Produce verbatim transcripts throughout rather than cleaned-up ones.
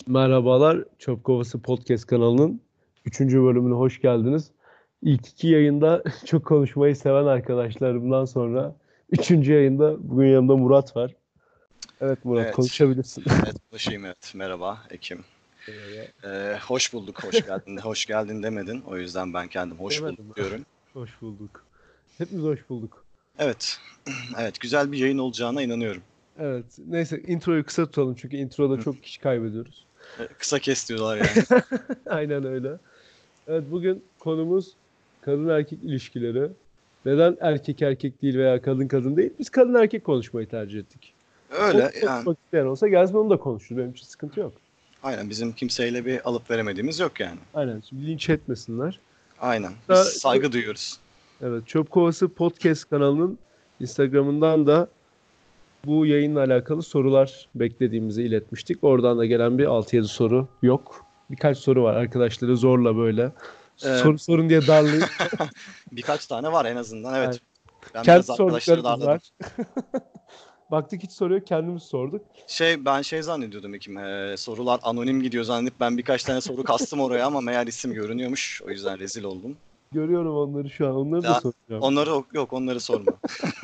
Merhabalar, Çöp Kovası Podcast kanalının üçüncü bölümüne hoş geldiniz. İlk iki yayında çok konuşmayı seven arkadaşlarımdan sonra üçüncü yayında bugün yanımda Murat var. Evet Murat, Evet, konuşabilirsin. evet konuşayım evet. Merhaba Ekim. Merhaba. Ee, hoş bulduk, hoş geldin. Hoş geldin demedin. O yüzden ben kendim hoş bulduk Demedim mi? diyorum. Hoş bulduk. Hepimiz hoş bulduk. Evet, evet güzel bir yayın olacağına inanıyorum. Evet, neyse introyu kısa tutalım çünkü introda Hı. çok kişi kaybediyoruz. Ee, Kısa kes diyorlar yani. Aynen öyle. Evet, bugün konumuz kadın erkek ilişkileri. Neden erkek erkek değil veya kadın kadın değil? Biz kadın erkek konuşmayı tercih ettik. Onu Öyle yani. konuşmak isteyen olsa gelsin, onu da konuşuruz. Benim için sıkıntı yok. Aynen bizim kimseyle bir alıp veremediğimiz yok yani. Aynen. Şimdi linç etmesinler. Aynen. Biz Da, saygı duyuyoruz. evet, Çöp Kovası Podcast kanalının Instagram'ından da bu yayınla alakalı sorular beklediğimizi iletmiştik. Oradan da gelen bir altı yedi soru yok. Birkaç soru var. Arkadaşları zorla böyle Ee, soru sorun diye darlayıp Birkaç tane var en azından. yani Evet. Ben kendi biraz arkadaşları sorduklarımız darladım. var. Baktık hiç soruyor, kendimiz sorduk. Şey ben şey zannediyordum Ekim. Ee, sorular anonim gidiyor zannedip ben birkaç tane soru kastım oraya ama meğer isim görünüyormuş. O yüzden rezil oldum. Görüyorum onları şu an. Onları da Ya soracağım. onları yok onları sorma.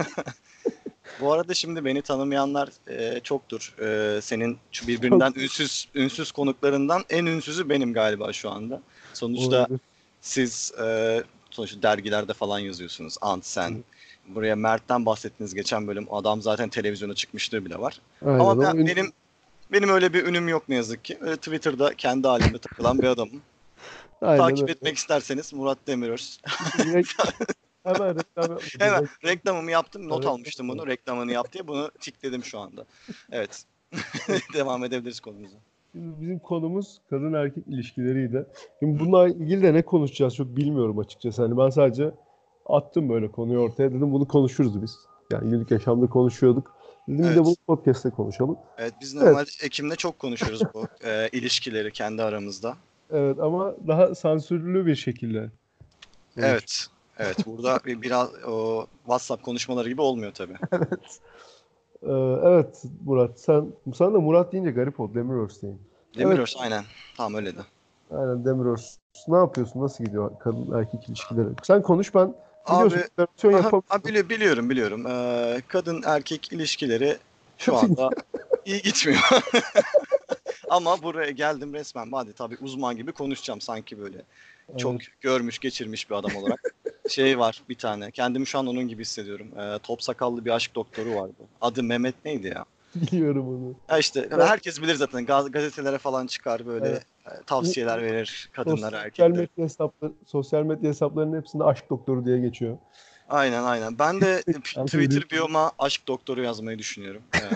Bu arada şimdi beni tanımayanlar e, çoktur. E, senin şu Çok birbirinden ünsüz ünsüz konuklarından en ünsüzü benim galiba şu anda. Sonuçta olabilir. siz e, sonuçta dergilerde falan yazıyorsunuz. Ant sen. Buraya Mert'ten bahsettiniz geçen bölüm. Adam zaten televizyona çıkmışlığı bile var. Aynen. Ama ben, O ün- benim benim öyle bir ünüm yok ne yazık ki. Öyle Twitter'da kendi halimde takılan bir adamım. Aynen Takip öyle. etmek isterseniz Murat Demiröz. Direkt hemen reklam yapmadım. Hemen Reklam, reklamımı yaptım. Not reklam almıştım yapmadım. bunu. Reklamını yap diye. Bunu tikledim şu anda. Evet. Evet. Devam edebiliriz konumuza. Şimdi bizim konumuz kadın erkek ilişkileriydi. Şimdi bununla ilgili de ne konuşacağız çok bilmiyorum açıkçası. Hani ben sadece attım böyle konuyu ortaya. Dedim bunu konuşuruz biz. Yani günlük yaşamda konuşuyorduk. Dedim bir de bunu Evet. podcast'te konuşalım. Evet biz Evet. normalde Ekim'de çok konuşuyoruz bu e, ilişkileri kendi aramızda. Evet ama daha sansürlü bir şekilde konuşuyoruz. Evet. Evet. Burada bir, biraz o WhatsApp konuşmaları gibi olmuyor tabii. Ee, evet Murat, sen sen de Murat deyince garip oldu, Demirörs diyeyim. Evet, Demiröz aynen. Tamam öyle de. aynen Demirörs. Ne yapıyorsun? Nasıl gidiyor kadın erkek ilişkileri? Sen konuş, ben biliyorsun Abi moderasyon aha, ha, yapamıyorum. bili- biliyorum biliyorum. Ee, kadın erkek ilişkileri şu anda iyi gitmiyor. Ama buraya geldim resmen. Hadi tabii uzman gibi konuşacağım sanki böyle. Çok Evet, görmüş, geçirmiş bir adam olarak. Şey var bir tane. Kendimi şu an onun gibi hissediyorum. Ee, top sakallı bir aşk doktoru vardı. Adı Mehmet neydi ya? biliyorum onu. Ha işte Ben, herkes bilir zaten. Gaz- gazetelere falan çıkar böyle evet, e, bu tavsiyeler verir kadınlara, sosyal erkeklere. medya hesapları, sosyal medya hesaplarının hepsinde aşk doktoru diye geçiyor. Aynen aynen. Ben de p- Ben de Twitter biyoma aşk doktoru yazmayı düşünüyorum. Ee,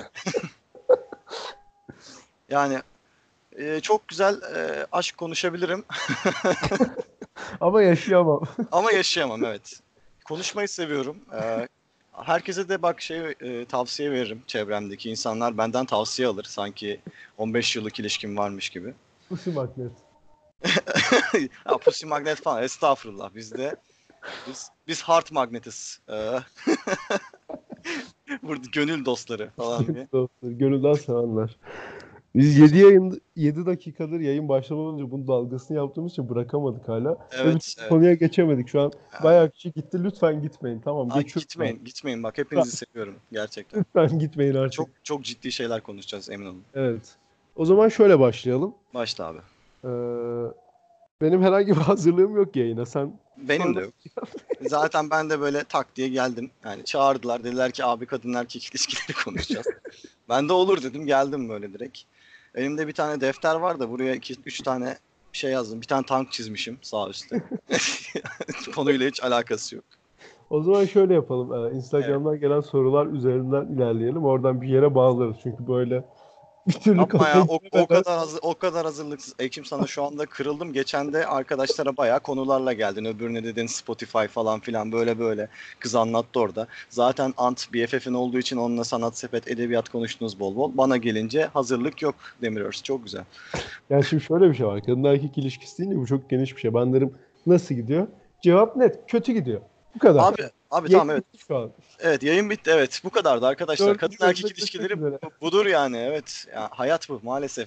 yani e, çok güzel e, aşk konuşabilirim ama yaşayamam. ama yaşayamam evet. Konuşmayı seviyorum. Ee, herkese de bak şey e, tavsiye veririm. Çevremdeki insanlar benden tavsiye alır. Sanki on beş yıllık ilişkim varmış gibi. Pussy magnet. Ya Pussy Magnet falan estağfurullah bizde. Biz biz heart magnetiz. Ee, burada gönül dostları falan diye. Gönülden sevenler. Biz yedi yayın yedi dakikadır yayın başlamadan önce bunun dalgasını yaptığımız için bırakamadık hala. Ve bir Evet, türlü evet. konuya geçemedik. Şu an Yani, bayağı kişi gitti. Lütfen gitmeyin. Tamam, ay, geçiyorum ben. gitmeyin, gitmeyin. Bak hepinizi seviyorum gerçekten. Lütfen gitmeyin Çok artık. çok ciddi şeyler konuşacağız emin olun. Evet. O zaman şöyle başlayalım. Başla abi. Ee, benim herhangi bir hazırlığım yok yayına. Sen Benim de sorular... yok. Zaten ben de böyle tak diye geldim. Yani çağırdılar dediler ki abi kadın erkek ilişkileri konuşacağız. Ben de olur dedim geldim böyle direkt. Elimde bir tane defter var da buraya iki üç tane şey yazdım. Bir tane tank çizmişim sağ üstte. Konuyla hiç alakası yok. O zaman şöyle yapalım. Ee, Evet. Instagram'dan gelen sorular üzerinden ilerleyelim. Oradan bir yere bağlarız. Çünkü böyle bir türlü Yapma konuya ya o, o giremeden... kadar hazır, o kadar hazırlıksız. Ekim sana şu anda kırıldım. Geçen de arkadaşlara bayağı konularla geldin. Öbürüne dedin Spotify falan filan böyle böyle. Kız anlattı orada. Zaten Ant B F F'in olduğu için onunla sanat sepet edebiyat konuştunuz bol bol. Bana gelince hazırlık yok Demirörs. Çok güzel. Yani şimdi şöyle bir şey var. Kadın erkek ilişkisi deyince bu çok geniş bir şey. Ben derim nasıl gidiyor? Cevap net. Kötü gidiyor. Bu kadar. Abi abi Yayın tamam evet. bitti şu an. Evet yayın bitti evet. Bu kadardı arkadaşlar. Kadın Dördüncü erkek bölümde görüşmek ilişkileri üzere. bu- budur yani evet. Ya, hayat bu maalesef.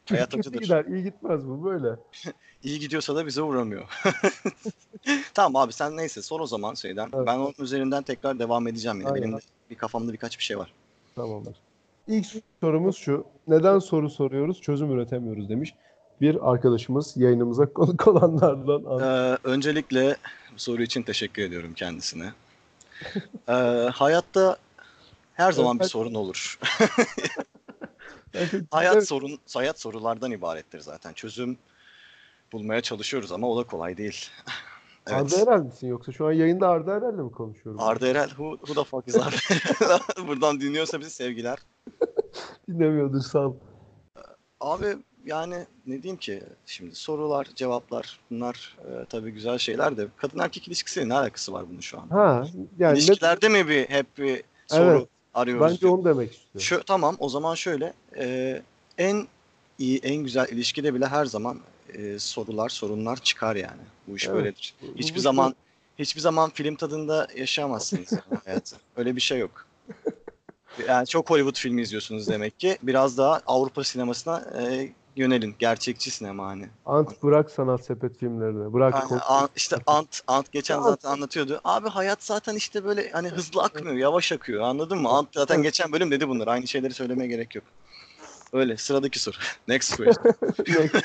Hayat Kötü acıdır. gider, iyi gitmez bu böyle. İyi gidiyorsa da bize uğramıyor. Tamam abi sen neyse sor o zaman şeyden. Evet, Ben onun üzerinden tekrar devam edeceğim yine. Benim aynen. de bir kafamda birkaç bir şey var. Tamamdır. İlk sorumuz şu. Neden soru soruyoruz, çözüm üretemiyoruz demiş. Bir arkadaşımız yayınımıza konuk olanlardan. An- Ee, öncelikle bu soru için teşekkür ediyorum kendisine. Ee, hayatta her Evet, zaman bir ben, sorun olur. ben çok Hayat evet, sorun, hayat sorulardan ibarettir zaten. Çözüm bulmaya çalışıyoruz ama o da kolay değil. Arda Evet. Erel misin yoksa şu an yayında Arda Erel'le mi konuşuyorum ben? Arda Erel, who, who the fuck is abi? Buradan dinliyorsa bizi sevgiler. Dinlemiyordur sağ ol. Abi yani ne diyeyim ki şimdi sorular, cevaplar bunlar e, tabii güzel şeyler de kadın erkek ilişkisiyle ne alakası var bunun şu an? Ha yani ne, İlişkilerde mi bir hep bir evet soru arıyoruz bence diyor. onu demek istiyor. Şu tamam o zaman şöyle e, en iyi en güzel ilişkide bile her zaman e, sorular, sorunlar çıkar yani. Bu iş Evet. böyledir. Bu, bu, Hiçbir bu şey zaman hiçbir zaman film tadında yaşayamazsınız yani hayatı. Öyle bir şey yok. Yani çok Hollywood filmi izliyorsunuz demek ki. Biraz daha Avrupa sinemasına e, yönelin. Gerçekçi sinema hani. Ant bırak sanat sepet filmlerini. Bırak Aynen, korku. An- işte Ant, Ant geçen Ant. zaten anlatıyordu. Abi hayat zaten işte böyle hani hızlı akmıyor, yavaş akıyor. Anladın mı? Ant zaten Evet. geçen bölüm dedi bunları. Aynı şeyleri söylemeye gerek yok. Öyle. Sıradaki soru. Next question. Next.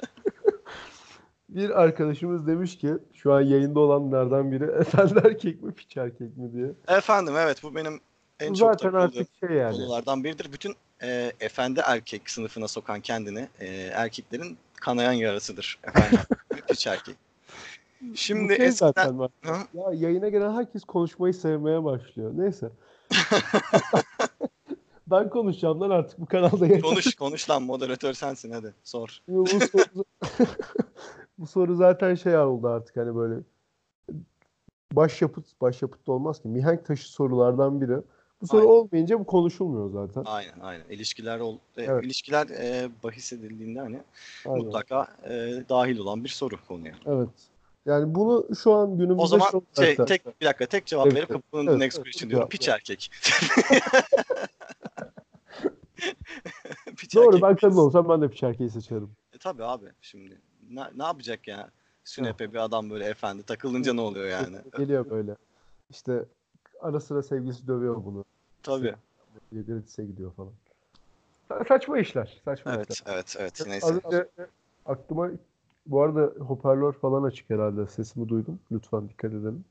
Bir arkadaşımız demiş ki şu an yayında olanlardan biri efendi erkek mi piç erkek mi diye. Efendim evet bu benim en Bu çok zaten takıldığım artık şey yani. konulardan biridir. Bütün e, efendi erkek sınıfına sokan kendini e, erkeklerin kanayan yarasıdır. Efendim hiç erkek. Bu Şimdi şey eskiden zaten bak. Hı? Ya yayına gelen herkes konuşmayı sevmeye başlıyor. Neyse. Ben konuşacağım lan artık bu kanalda yeter. Konuş konuş lan moderatör sensin hadi sor. Bu, bu soru, bu soru zaten şey oldu artık hani böyle başyapıt başyapıt da olmaz ki. Mihenk taşı sorulardan biri. Bu soru Aynen. olmayınca bu konuşulmuyor zaten. Aynen aynen. İlişkiler ol e, Evet, ilişkiler e, bahis edildiğinde hani aynen. mutlaka e, dahil olan bir soru konuya. Evet. Yani bunu şu an O günümüzde zaman şey şey olarak da tek bir dakika tek cevap evet, verip kapının the evet, next evet, question diyorum. cevap Piç ver. erkek. Piç Doğru erkek. ben kadın olsam ben de piç erkeği seçerim. E tabii abi şimdi ne, ne yapacak ya? Evet. Sünepe bir adam böyle efendi takılınca ne oluyor yani? Geliyor böyle. İşte ara sıra sevgilisi dövüyor bunu. Tabii. Gratis'e gidiyor falan. Sa- Saçma işler. Saçma işler. Evet evet evet Az neyse. önce aklıma bu arada hoparlör falan açık herhalde. Sesimi duydum. Lütfen dikkat edelim.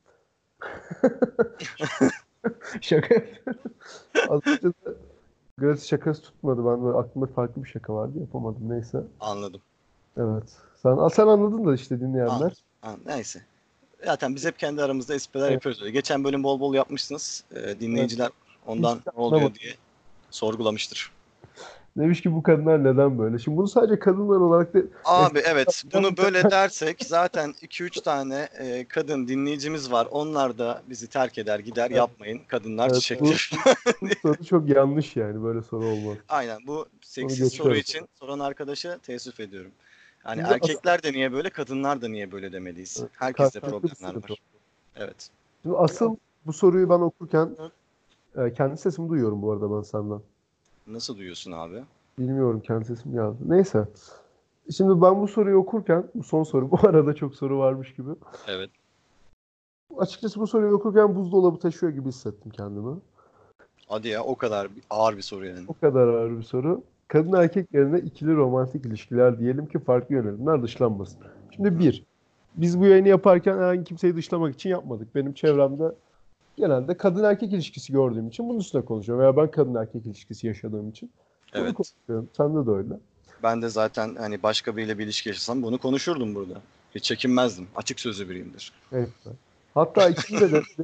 Şaka yapıyorum. Az önce de gratis şakası tutmadı. Ben böyle aklımda farklı bir şaka vardı. Yapamadım. Neyse. Anladım. Evet. Sen, sen anladın da işte Anladım. dinleyenler. Anladım. Neyse. Zaten biz hep kendi aramızda espriler Evet. yapıyoruz öyle. Geçen bölüm bol bol yapmışsınız. Ee, Evet. dinleyiciler Hiç ondan de ne oluyor anlamadım. diye sorgulamıştır. Demiş ki bu kadınlar neden böyle? Şimdi bunu sadece kadınlar olarak da Abi evet bunu böyle yaşayan dersek zaten iki üç tane e, kadın dinleyicimiz var. Onlar da bizi terk eder gider evet, yapmayın. Kadınlar evet, bu, çiçektir. bu soru çok yanlış yani. Böyle soru olmaz. Aynen bu Onu seksiz soru geçiyorum. için soran arkadaşa teessüf ediyorum. Yani Şimdi asıl, erkekler de niye böyle kadınlar da niye böyle demeliyiz. evet, Herkeste karşılıklı bir problemler sıkıntı. var. Evet. Şimdi asıl bu soruyu ben okurken e, kendi sesimi duyuyorum bu arada ben senden. Nasıl duyuyorsun abi? Bilmiyorum kendi sesim geldi. Neyse. Şimdi ben bu soruyu okurken, bu son soru, bu arada çok soru varmış gibi. Evet. Açıkçası bu soruyu okurken buzdolabı taşıyor gibi hissettim kendimi. Hadi ya o kadar bir- ağır bir soru yani. O kadar ağır bir soru. Kadın erkek yerine ikili romantik ilişkiler diyelim ki farklı yönelimler dışlanmasın. Şimdi Hı. bir, biz bu yayını yaparken herhangi kimseyi dışlamak için yapmadık. Benim çevremde genelde kadın erkek ilişkisi gördüğüm için bunun üstüne konuşuyorum. Veya ben kadın erkek ilişkisi yaşadığım için bunu Evet. konuşuyorum. Sende de öyle. Ben de zaten hani başka biriyle bir ilişki yaşasam bunu konuşurdum burada. Hiç çekinmezdim. Açık sözlü biriyimdir. Evet. Hatta ikili de, de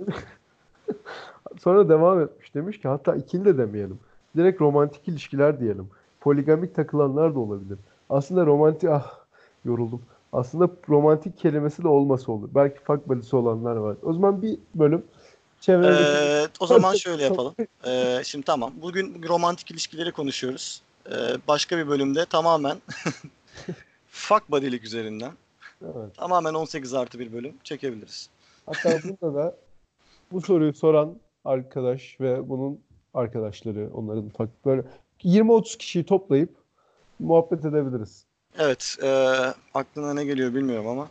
sonra devam etmiş. Demiş ki hatta ikili de demeyelim. Direkt romantik ilişkiler diyelim. Poligamik takılanlar da olabilir. Aslında romantik ah yoruldum. Aslında romantik kelimesi de olmasa olur. Belki fuck buddy'si olanlar var. O zaman bir bölüm çevremizdeki Ee, o zaman şöyle yapalım. Ee, şimdi tamam. Bugün romantik ilişkileri konuşuyoruz. Ee, başka bir bölümde tamamen fuck buddy'lik üzerinden. evet. Tamamen on sekiz artı bir bölüm çekebiliriz. Hatta burada da bu soruyu soran arkadaş ve bunun arkadaşları, onların farklı böyle yirmi otuz kişiyi toplayıp muhabbet edebiliriz. Evet. E, aklına ne geliyor bilmiyorum ama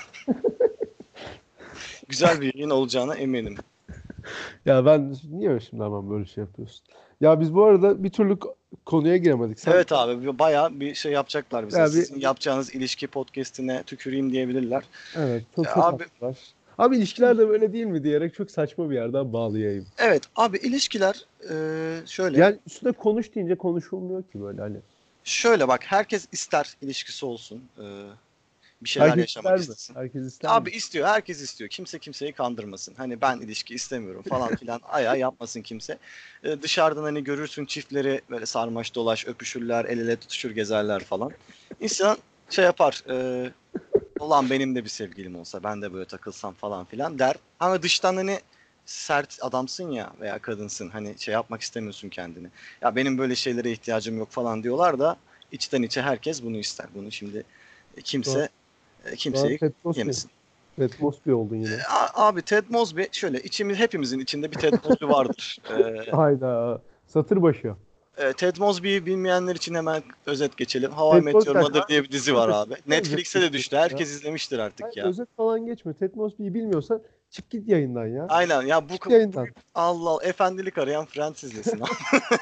güzel bir yayın olacağına eminim. Ya ben niye şimdi hemen böyle şey yapıyorsun? Ya biz bu arada bir türlü k- konuya giremedik. Sen Evet abi bayağı bir şey yapacaklar bize. ya bir Sizin yapacağınız ilişki podcast'ine tüküreyim diyebilirler. evet çok Ya çok abi haklılar. Abi ilişkiler de böyle değil mi diyerek çok saçma bir yerden bağlayayım. evet abi ilişkiler e, şöyle Yani üstüne konuş deyince konuşulmuyor ki böyle hani. şöyle bak herkes ister ilişkisi olsun. E, bir şeyler Herkes yaşamak ister mi? istesin. Herkes ister mi? Abi istiyor, herkes istiyor. Kimse kimseyi kandırmasın. Hani ben ilişki istemiyorum falan filan ayağı yapmasın kimse. Ee, dışarıdan hani görürsün çiftleri böyle sarmaş dolaş öpüşürler, el ele tutuşur gezerler falan. İnsan şey yapar. E, Ulan benim de bir sevgilim olsa ben de böyle takılsam falan filan der. Ama dıştan hani sert adamsın ya veya kadınsın hani şey yapmak istemiyorsun kendini. Ya benim böyle şeylere ihtiyacım yok falan diyorlar da içten içe herkes bunu ister. Bunu şimdi Şu an, kimse e, şu an kimseyi Ted Mosby. yemesin. Ted Mosby oldun E, yine. a- Abi Ted Mosby şöyle içimiz hepimizin içinde bir Ted Mosby vardır. E, Hayda. Satır başı. e, Ted Mosby'yi bilmeyenler için hemen özet geçelim. How I Ted Met Your Mosby Mother diye bir dizi var abi. özet Netflix'e de düştü. geçiyorsun ya. Herkes izlemiştir Hayır, artık ya. özet falan geçme. Ted Mosby'yi bilmiyorsan çık git yayından ya. Aynen ya bu, Çık bu yayından. Allah Allah efendilik arayan Friends izlesin abi.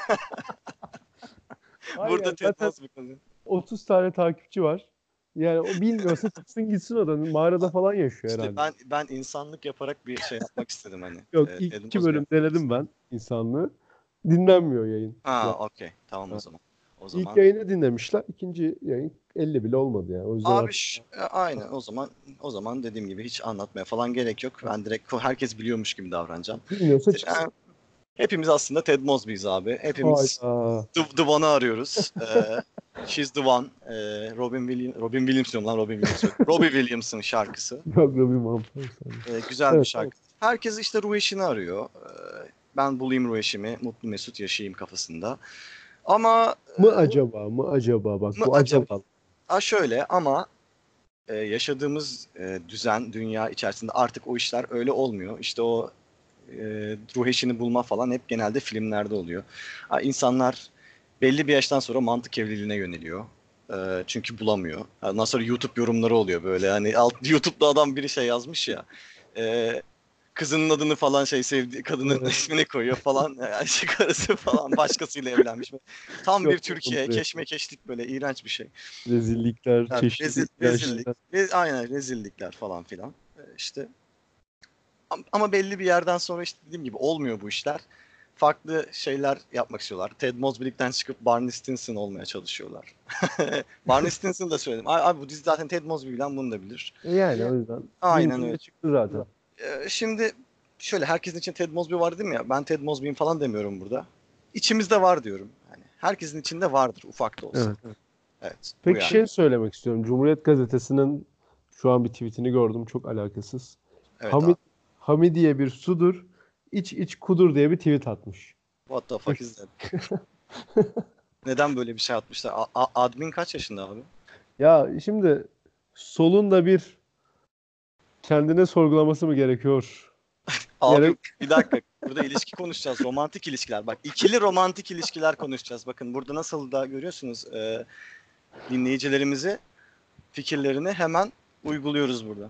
Hayır Burada yani Ted zaten Mosby kalıyor. otuz tane takipçi var. Yani o bilmiyorsa çıksın gitsin odanın. Mağarada falan yaşıyor İşte herhalde. ben ben insanlık yaparak bir şey yapmak istedim hani. Yok, Ee, ilk Ted iki Mosby bölüm yapmak denedim istedim. ben insanlığı. Dinlenmiyor yayın şu Ha an. okey tamam o zaman. O İlk zaman yayını dinlemişler. İkinci yayın elli bile olmadı yani. O yüzden abi artık ş- e, aynen o zaman o zaman dediğim gibi hiç anlatmaya falan gerek yok. Ben direkt herkes biliyormuş gibi davranacağım. bilmiyorsa Te- çıksın. yani hepimiz aslında Ted Mosby'yiz abi. Hepimiz Hayda. The, the One'ı arıyoruz. Ee, She's the One. Ee, Robin Williams, Robin Williams diyorum lan Robin Williams yok. Robbie Williams'ın şarkısı. Yok Robin Manfred sanırım. Ee, güzel bir Evet, evet. şarkı. Herkes işte ruh eşini arıyor. Ee, ben bulayım ruh eşimi, mutlu mesut yaşayayım kafasında. Ama Mı acaba mı acaba bak mı bu acaba? acaba. Ha şöyle ama e, yaşadığımız e, düzen, dünya içerisinde artık o işler öyle olmuyor. İşte o e, ruh eşini bulma falan hep genelde filmlerde oluyor. Ha, insanlar belli bir yaştan sonra mantık evliliğine yöneliyor. E, çünkü bulamıyor. Ondan sonra YouTube yorumları oluyor böyle. Hani alt, YouTube'da adam biri şey yazmış ya. E, kızının adını falan şey sevdiği kadının Evet. ismini koyuyor falan. Yani şey karısı falan başkasıyla evlenmiş. Tam bir Yok, Türkiye onları keşmekeşlik böyle iğrenç bir şey. rezillikler, Yani çeşitli rezil, rezillik. iğrençlikler. Re- aynen rezillikler falan filan. E, işte Am- ama belli bir yerden sonra işte dediğim gibi olmuyor bu işler. Farklı şeyler yapmak istiyorlar. Ted Mosby'likten çıkıp Barney Stinson olmaya çalışıyorlar. Barney Stinson da söyledim. Abi, abi bu dizi zaten Ted Mosby bilen bunu da bilir. E yani o yüzden Aynen gündeme öyle. çıktı zaten. Ee, şimdi şöyle herkesin için Ted Mosby var dedim ya. Ben Ted Mosby'yim falan demiyorum burada. İçimizde var diyorum. Yani herkesin içinde vardır ufak da olsa. Evet. Evet bu Peki yani. şey söylemek istiyorum. Cumhuriyet Gazetesi'nin şu an bir tweetini gördüm. Çok alakasız. Evet abi. Hamid, Hamidiye bir sudur, iç iç kudur diye bir tweet atmış. What the Hoş. fuck is that? Neden böyle bir şey atmışlar? A- a- admin kaç yaşında abi? Ya şimdi solun da bir kendine sorgulaması mı gerekiyor? Abi Gerek. bir dakika. Burada ilişki konuşacağız. Romantik ilişkiler. Bak ikili romantik ilişkiler konuşacağız. Bakın burada nasıl da görüyorsunuz e, dinleyicilerimizi fikirlerini hemen uyguluyoruz burada.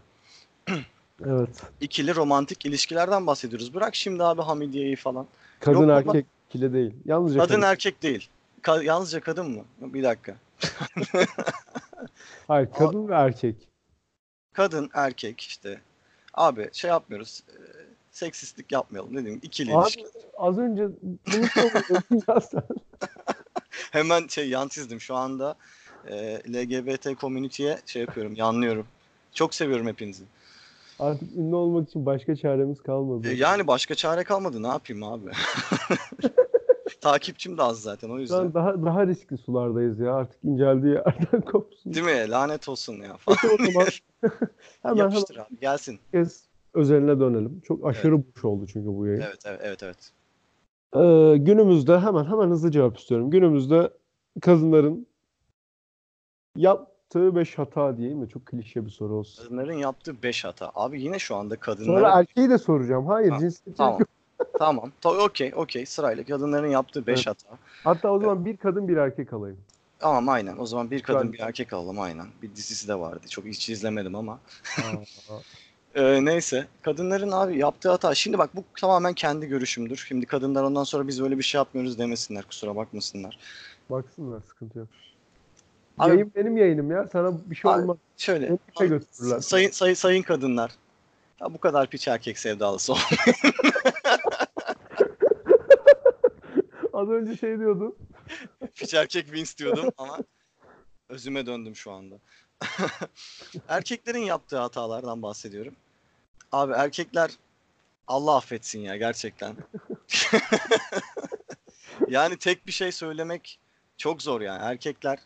Evet. İkili romantik ilişkilerden bahsediyoruz. Bırak şimdi abi Hamidiye'yi falan. Kadın Yok baba. erkek ikili değil. Yalnızca Kadın kadın. erkek değil. Ka- yalnızca kadın mı? Bir dakika. Hayır, A- kadın ve erkek. kadın erkek işte. Abi şey yapmıyoruz. E, seksistlik yapmayalım. Ne diyeyim? İkili Abi ilişki. az önce bunu savunuyordun ya sen. Hemen şey yan çizdim şu anda. e, L G B T community'ye şey yapıyorum, yanlıyorum. Çok seviyorum hepinizi. Artık ünlü olmak için başka çaremiz E, kalmadı. yani başka çare kalmadı. Ne yapayım abi? Takipçim de az zaten o Şu yüzden. an daha daha riskli sulardayız ya. Artık inceldiği yerden kopsun. Değil mi? Lanet olsun ya falan. Peki o zaman hemen hemen Yapıştır abi gelsin. bir kez özeline dönelim. Çok Evet, aşırı boş oldu çünkü bu yayın. evet, evet, evet, evet. Ee, günümüzde hemen hemen hızlı cevap istiyorum. Günümüzde kadınların yaptığı beş hata diyeyim mi? Çok klişe bir soru olsun. Kadınların yaptığı beş hata. Abi yine şu anda kadınlara... Sonra erkeği de soracağım. Hayır, Ha, cinsiyetçilik tamam. yok. Tamam. Ta- okey, okey. Sırayla kadınların yaptığı beş Evet. hata. Hatta o E, zaman bir kadın bir erkek alayım. Tamam aynen. O zaman bir kadın Güzel. bir erkek alalım aynen. Bir dizisi de vardı. Çok hiç izlemedim ama. Aa, Ee, neyse. Kadınların abi yaptığı hata. Şimdi bak bu tamamen kendi görüşümdür. Şimdi kadınlar ondan sonra biz öyle bir şey yapmıyoruz demesinler. Kusura bakmasınlar. baksınlar, sıkıntı yok. Abi, Yayın benim yayınım ya. Sana bir şey abi olmaz. şöyle. Beni ipe Abi, götürürler. sayın, sayın, sayın kadınlar. Ya bu kadar piç erkek sevdalısı ol. Az önce şey diyordun. Piç erkek Vince diyordum ama özüme döndüm şu anda. Erkeklerin yaptığı hatalardan bahsediyorum. Abi erkekler Allah affetsin ya gerçekten. Yani tek bir şey söylemek çok zor yani. Erkekler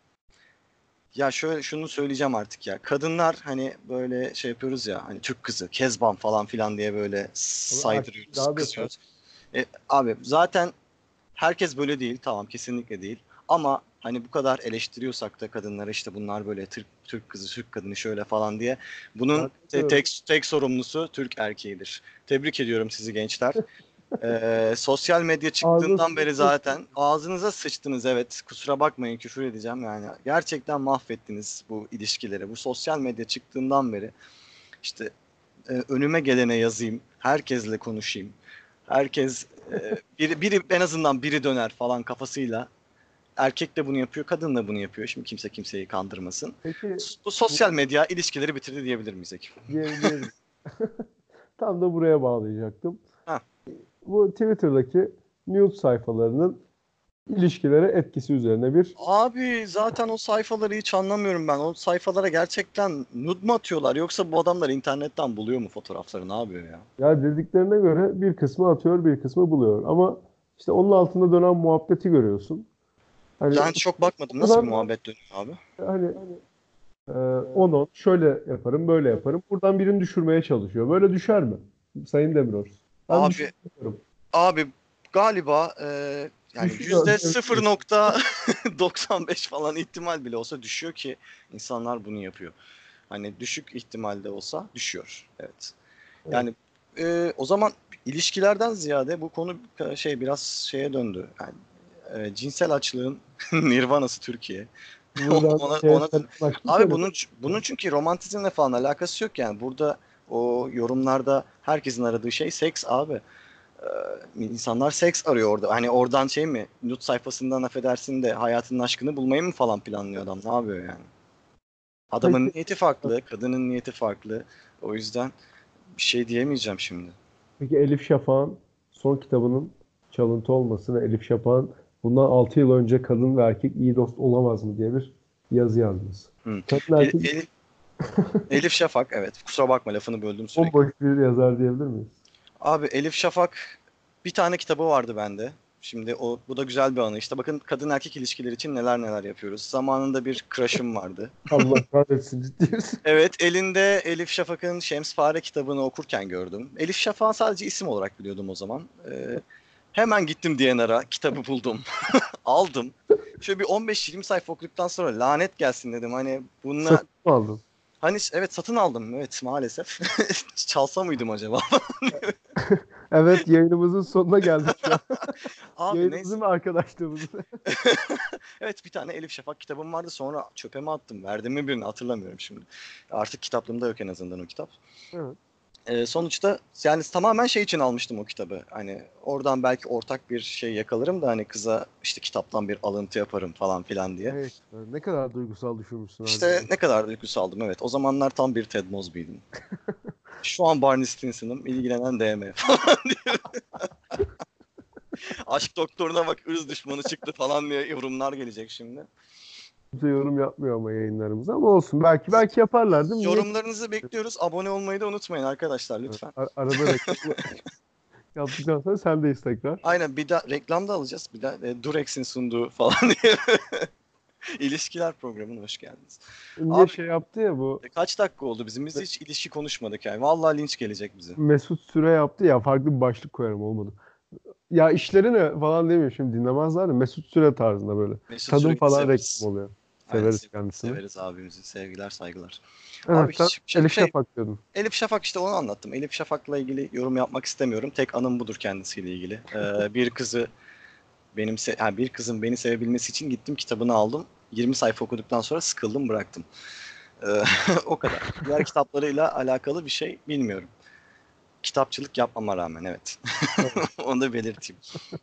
ya şöyle şunu söyleyeceğim artık ya. Kadınlar hani böyle şey yapıyoruz ya hani Türk kızı, Kezban falan filan diye böyle Ama erkek saydırıyoruz, daha beter. kızıyoruz. E, abi zaten herkes böyle değil. Tamam kesinlikle değil. Ama hani bu kadar eleştiriyorsak da kadınları işte bunlar böyle Türk, Türk kızı, Türk kadını şöyle falan diye. Bunun te- Katılıyorum. tek, tek sorumlusu Türk erkeğidir. Tebrik ediyorum sizi gençler. Ee, sosyal medya Ağzına çıktığından beri sıçtın. zaten ağzınıza sıçtınız evet. Kusura bakmayın küfür edeceğim yani. Gerçekten mahvettiniz bu ilişkileri. Bu sosyal medya çıktığından beri işte e, önüme gelene yazayım, herkesle konuşayım. Herkes e, biri, biri en azından biri döner falan kafasıyla. Erkek de bunu yapıyor, kadın da bunu yapıyor. Şimdi kimse kimseyi kandırmasın. Peki Bu bu sosyal medya ilişkileri bitirdi diyebilir miyiz Ekif? diye, diyelim. Tam da buraya bağlayacaktım. Ha. Bu Twitter'daki nude sayfalarının ilişkilere etkisi üzerine bir Abi zaten o sayfaları hiç anlamıyorum ben. O sayfalara gerçekten nude mu atıyorlar yoksa bu adamlar internetten buluyor mu fotoğrafları? Ne yapıyor ya? ya dediklerine göre bir kısmı atıyor, bir kısmı buluyor. Ama işte onun altında dönen muhabbeti görüyorsun. Hani Ben çok bakmadım. Nasıl bir buradan muhabbet dönüyor abi? hani e, onu şöyle yaparım, böyle yaparım. Buradan birini düşürmeye çalışıyor. Böyle düşer mi? Sayın Demiröz. Ben Abi düşünüyorum. abi galiba e, yani Düşüyor. yüzde sıfır nokta doksan beş falan ihtimal bile olsa düşüyor ki insanlar bunu yapıyor. Hani düşük ihtimalde olsa düşüyor. Evet. Evet. Yani e, o zaman ilişkilerden ziyade bu konu şey biraz şeye döndü. Yani e, cinsel açlığın nirvanası Türkiye. Buradan Ona, şeye ona abi selamlaştık. bunun bunun çünkü romantizmle falan alakası yok yani. Burada o yorumlarda herkesin aradığı şey seks abi. Ee, insanlar seks arıyor orada. Hani oradan şey mi? Nude sayfasından affedersin de hayatının aşkını bulmayı mı falan planlıyor adam? Ne yapıyor yani? Adamın Peki, niyeti farklı, kadının niyeti farklı. O yüzden bir şey diyemeyeceğim şimdi. peki Elif Şafak'ın son kitabının çalıntı olması ve Elif Şafak'ın bundan altı yıl önce kadın ve erkek iyi dost olamaz mı diye bir yazı yazması. Hı. Kadın El- erkek Elif, Elif Şafak, evet. Kusura bakma lafını böldüm sürekli. bomboş bir yazar diyebilir miyiz? Abi Elif Şafak bir tane kitabı vardı bende. Şimdi o bu da güzel bir anı. İşte bakın kadın erkek ilişkileri için neler neler yapıyoruz. Zamanında bir crush'ım vardı. Allah kahretsin, ciddi misin? Evet, elinde Elif Şafak'ın Şemsfare kitabını okurken gördüm. Elif Şafak'ı sadece isim olarak biliyordum o zaman. Ee, hemen gittim D and R'a, kitabı buldum, aldım. Şöyle bir on beş yirmi sayfa okuduktan sonra lanet gelsin dedim. Hani bununla Satın mı aldın? hani evet satın aldım. Evet maalesef. Çalsa mıydım acaba? Evet, yayınımızın sonuna geldik şu an. Abi neyse. Yayınımızın ve arkadaşlığımızın. Evet bir tane Elif Şafak kitabım vardı. Sonra çöpe mi attım? Verdim mi birini hatırlamıyorum şimdi. Artık kitaplığımda yok en azından o kitap. Evet. Ee, sonuçta yani tamamen şey için almıştım o kitabı. Hani oradan belki ortak bir şey yakalarım da hani kıza işte kitaptan bir alıntı yaparım falan filan diye. Evet. Ne kadar duygusal düşünmüşsün İşte harbiden. ne kadar duygusaldım evet. O zamanlar tam bir Ted Mosby'ydim. Şu an Barney Stinson'ım. İlgilenen D M falan diye. Aşk doktoruna bak ırz düşmanı çıktı falan diye yorumlar gelecek şimdi. Kimse yorum yapmıyor ama yayınlarımıza, ama olsun. Belki belki yaparlar değil mi? Niye? Yorumlarınızı bekliyoruz. Abone olmayı da unutmayın arkadaşlar Evet. lütfen. Ar- arada reklam yaptıktan sonra sendeyiz tekrar. Aynen bir daha reklam da alacağız. Bir daha e, Durex'in sunduğu falan diye. İlişkiler programına hoş geldiniz. Niye Abi şey yaptı ya bu e, kaç dakika oldu bizim? Biz hiç ilişki konuşmadık yani. Vallahi linç gelecek bize. Mesut Süre yaptı ya, farklı bir başlık koyarım, olmadı. Ya işleri ne falan demiyor, şimdi dinlemezler de Mesut Süre tarzında böyle. Mesut Tadım Sürekli falan reklam severiz. oluyor. Aynen Severiz se- kendisini. severiz abimizi. Sevgiler saygılar. Evet, Abi sen hiç şey, Elif şey Şafak diyordun. Elif Şafak işte onu anlattım. Elif Şafak'la ilgili yorum yapmak istemiyorum. Tek anım budur kendisiyle ilgili. Ee, bir kızı benim se- yani bir kızın beni sevebilmesi için gittim kitabını aldım. yirmi sayfa okuduktan sonra sıkıldım bıraktım. Ee, o kadar. Diğer kitaplarıyla alakalı bir şey bilmiyorum. Kitapçılık yapmama rağmen evet. Evet. Onu da belirteyim.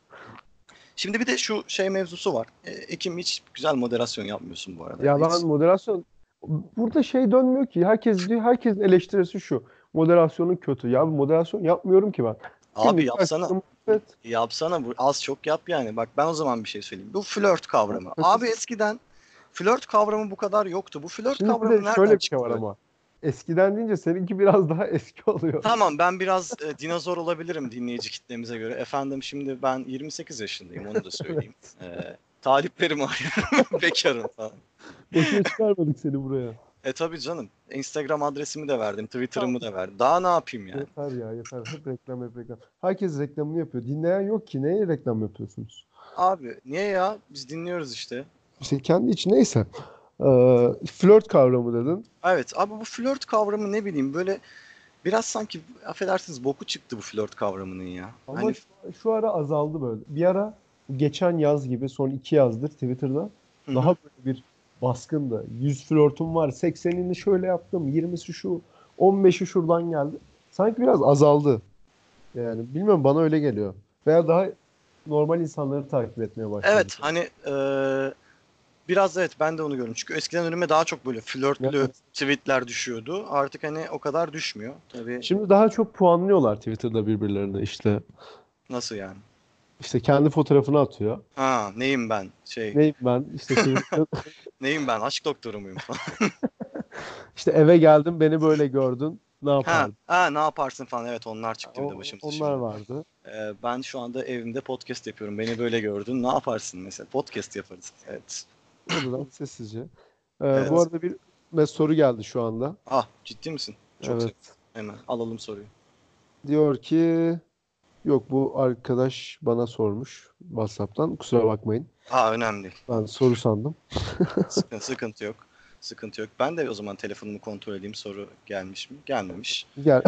Şimdi bir de şu şey mevzusu var. E, Ekim hiç güzel moderasyon yapmıyorsun bu arada ya. Ya ben Hiç. moderasyon burada şey dönmüyor ki. Herkes diyor, herkesin eleştirisi şu. Moderasyonun kötü. Ya bu moderasyon yapmıyorum ki ben. Abi Günlük yapsana. karşılıklı muhabbet. Yapsana bu az çok yap yani. Bak ben o zaman bir şey söyleyeyim. Bu flört kavramı. Kötü. Abi eskiden flört kavramı bu kadar yoktu. Bu flört Şimdi bir kavramı de şöyle nereden bir şey çıktı var böyle? ama. Eskiden deyince seninki biraz daha eski oluyor. Tamam ben biraz e, dinozor olabilirim dinleyici kitlemize göre. Efendim şimdi ben yirmi sekiz yaşındayım onu da söyleyeyim. Evet. E, taliplerimi arıyorum. Bekarım falan. Boşuna çıkarmadık seni buraya. E tabii canım. Instagram adresimi de verdim. Tamam. Twitter'ımı da verdim. Daha ne yapayım yani? Yeter ya, yeter. Hep reklam, hep reklam. Herkes reklamını yapıyor. Dinleyen yok ki. Neye reklam yapıyorsunuz? Abi niye ya? Biz dinliyoruz işte. İşte kendi için neyse. Ee, flört kavramı dedin. Evet abi bu flört kavramı ne bileyim böyle biraz sanki affedersiniz boku çıktı bu flört kavramının ya. Ama Hani şu, şu ara azaldı böyle. Bir ara geçen yaz gibi son iki yazdır Twitter'da hı daha hı. böyle bir baskındı. yüz flörtüm var. seksenini şöyle yaptım. yirmisi şu. on beşi şuradan geldi. Sanki biraz azaldı. Yani bilmiyorum, bana öyle geliyor. Veya daha normal insanları takip etmeye başladım. Evet hani e, biraz evet ben de onu görüyorum. Çünkü eskiden önüme daha çok böyle flörtlü Evet. tweetler düşüyordu. Artık hani o kadar düşmüyor. Tabii Şimdi daha çok puanlıyorlar Twitter'da birbirlerine işte. nasıl yani? İşte kendi fotoğrafını atıyor. Ha neyim ben? Şey Neyim ben? İşte Twitter'da neyim ben? Aşk doktoru muyum falan. işte eve geldim, beni böyle gördün. Ne Ha, yapardın? ha ne yaparsın falan. Evet onlar çıktı bir de O, başımıza onlar şimdi. vardı. Ee, ben şu anda evimde podcast yapıyorum. Beni böyle gördün. Ne yaparsın mesela? Podcast yaparız. Evet. Odadan sessizce. Ee, bu Evet. arada bir mes- soru geldi şu anda. Ah ciddi misin? Çok sevindim. Evet. Hemen alalım soruyu. Diyor ki yok, bu arkadaş bana sormuş WhatsApp'tan. Kusura bakmayın. Aa önemli değil. Ben soru sandım. Sıkıntı, sıkıntı yok. Sıkıntı yok. Ben de o zaman telefonumu kontrol edeyim. Soru gelmiş mi? Gelmemiş. Gel.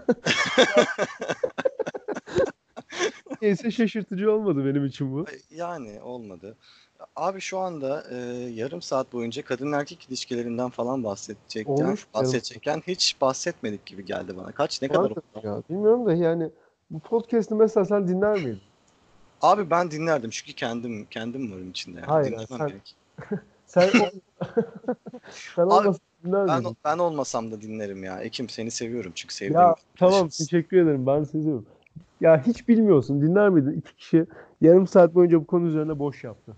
Neyse, şaşırtıcı olmadı benim için bu. Yani olmadı. Abi şu anda e, yarım saat boyunca kadın erkek ilişkilerinden falan bahsedecekken, Olmuş yarım saat. bahsedecekken hiç bahsetmedik gibi geldi bana. Kaç ne kadar Var da oldu? ya. Bilmiyorum da yani bu podcast'ı mesela sen dinler miydin? Abi ben dinlerdim çünkü kendim kendim varım içinde yani. Hayır yani Dinlemem sen gerek. sen ol, sen Abi olmasan dinler ben miydin? ben olmasam da dinlerim ya. Ekim seni seviyorum çünkü sevdiğim Ya bir tamam, arkadaşımız. teşekkür ederim, ben seviyorum. Ya hiç bilmiyorsun, dinler miydin? İki kişi yarım saat boyunca bu konu üzerine boş yaptı.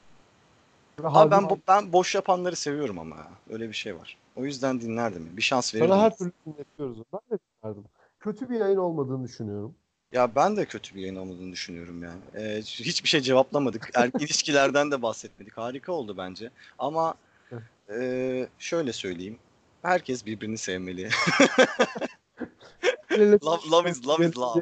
Ve Abi Harbi ben bo- ben boş yapanları seviyorum ama ya. Öyle bir şey var. O yüzden dinlerdim. Bir şans sana verirdim. her türlü dinletiyoruz. Ben de dinlerdim. Kötü bir yayın olmadığını düşünüyorum. Ya ben de kötü bir yayın olmadığını düşünüyorum yani. Ee, hiçbir şey cevaplamadık. Er, ilişkilerden de bahsetmedik. Harika oldu bence. Ama Heh. e, şöyle söyleyeyim. Herkes birbirini sevmeli. El ele Love, love tutuşsun. is love is love.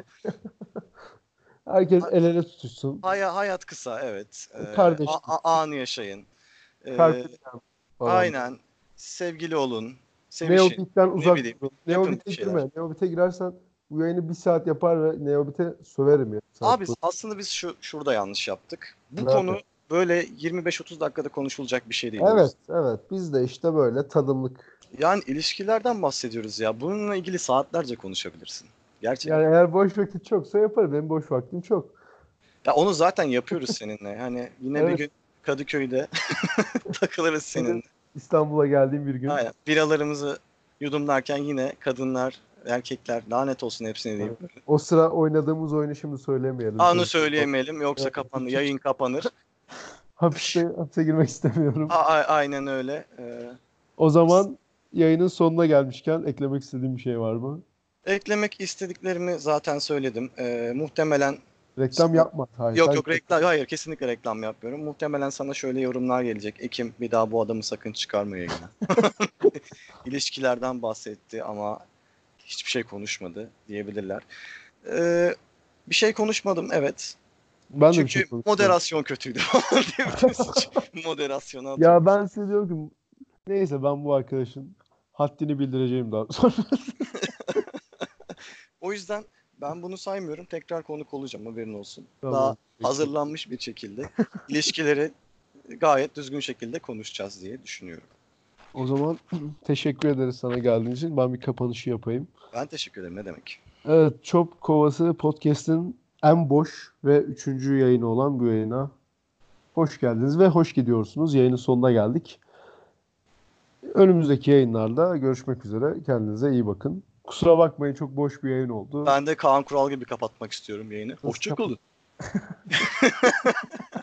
Herkes Ha- el ele tutuşsun. haya- hayat kısa evet. Ee, Kardeşlik, a- a- anı yaşayın. Ee, carpe diem falan. aynen. Sevgili olun. Sevişin. Neobit'ten Ne uzak bileyim. durun. Yapın bir Neobit'e şeyler. girme. Neobit'e girersen bu yayını bir saat yapar ve Neobit'e söverim ya. Saat Abi boyu. aslında biz şu şurada yanlış yaptık. Bu konu Nerede? böyle yirmi beş otuz dakikada konuşulacak bir şey değil o Evet, yüzden. evet. Biz de işte böyle tadımlık. Yani ilişkilerden bahsediyoruz ya. Bununla ilgili saatlerce konuşabilirsin. Yani Gerçekten. eğer boş vakit çoksa yaparım. Benim boş vaktim çok. Ya onu zaten yapıyoruz seninle. Hani yine bir Evet. gün Kadıköy'de takılırız Senin seninle. İstanbul'a geldiğim bir gün. Aynen. Biralarımızı yudumlarken yine kadınlar, erkekler lanet olsun hepsine Evet. deyip böyle. O sıra oynadığımız oyunu şimdi söylemeyelim. Aa, onu Çocuk. söyleyemeyelim yoksa Evet, kapanır, iki- yayın kapanır. hapiste, hapse girmek A- istemiyorum. a- aynen öyle. Ee, O zaman yayının sonuna gelmişken eklemek istediğim bir şey var mı? eklemek istediklerimi zaten söyledim. Ee, muhtemelen Reklam sana... yapma. Hayır. Yok Sadece yok reklam, hayır kesinlikle reklam yapmıyorum. Muhtemelen sana şöyle yorumlar gelecek. Ekim bir daha bu adamı sakın çıkarma yayına. İlişkilerden bahsetti ama hiçbir şey konuşmadı diyebilirler. Ee, bir şey konuşmadım evet. ben de bir şey Çünkü konuşmadım. moderasyon kötüydü falan diyebiliriz. Moderasyonu Ya atıyorum. ben size diyorum ki neyse, ben bu arkadaşın haddini bildireceğim daha sonra. O yüzden Ben bunu saymıyorum. Tekrar konuk olacağım, haberin olsun. Tamam, Daha peki. hazırlanmış bir şekilde ilişkileri gayet düzgün şekilde konuşacağız diye düşünüyorum. O zaman teşekkür ederiz sana geldiğin için. Ben bir kapanışı yapayım. Ben teşekkür ederim. Ne demek? Evet, Çöp Kovası Podcast'in en boş ve üçüncü yayını olan bu yayına hoş geldiniz ve hoş gidiyorsunuz. Yayının sonuna geldik. Önümüzdeki yayınlarda görüşmek üzere. Kendinize iyi bakın. Kusura bakmayın, çok boş bir yayın oldu. Ben de Kaan Kural gibi kapatmak istiyorum yayını. Nasıl Hoşça kalın.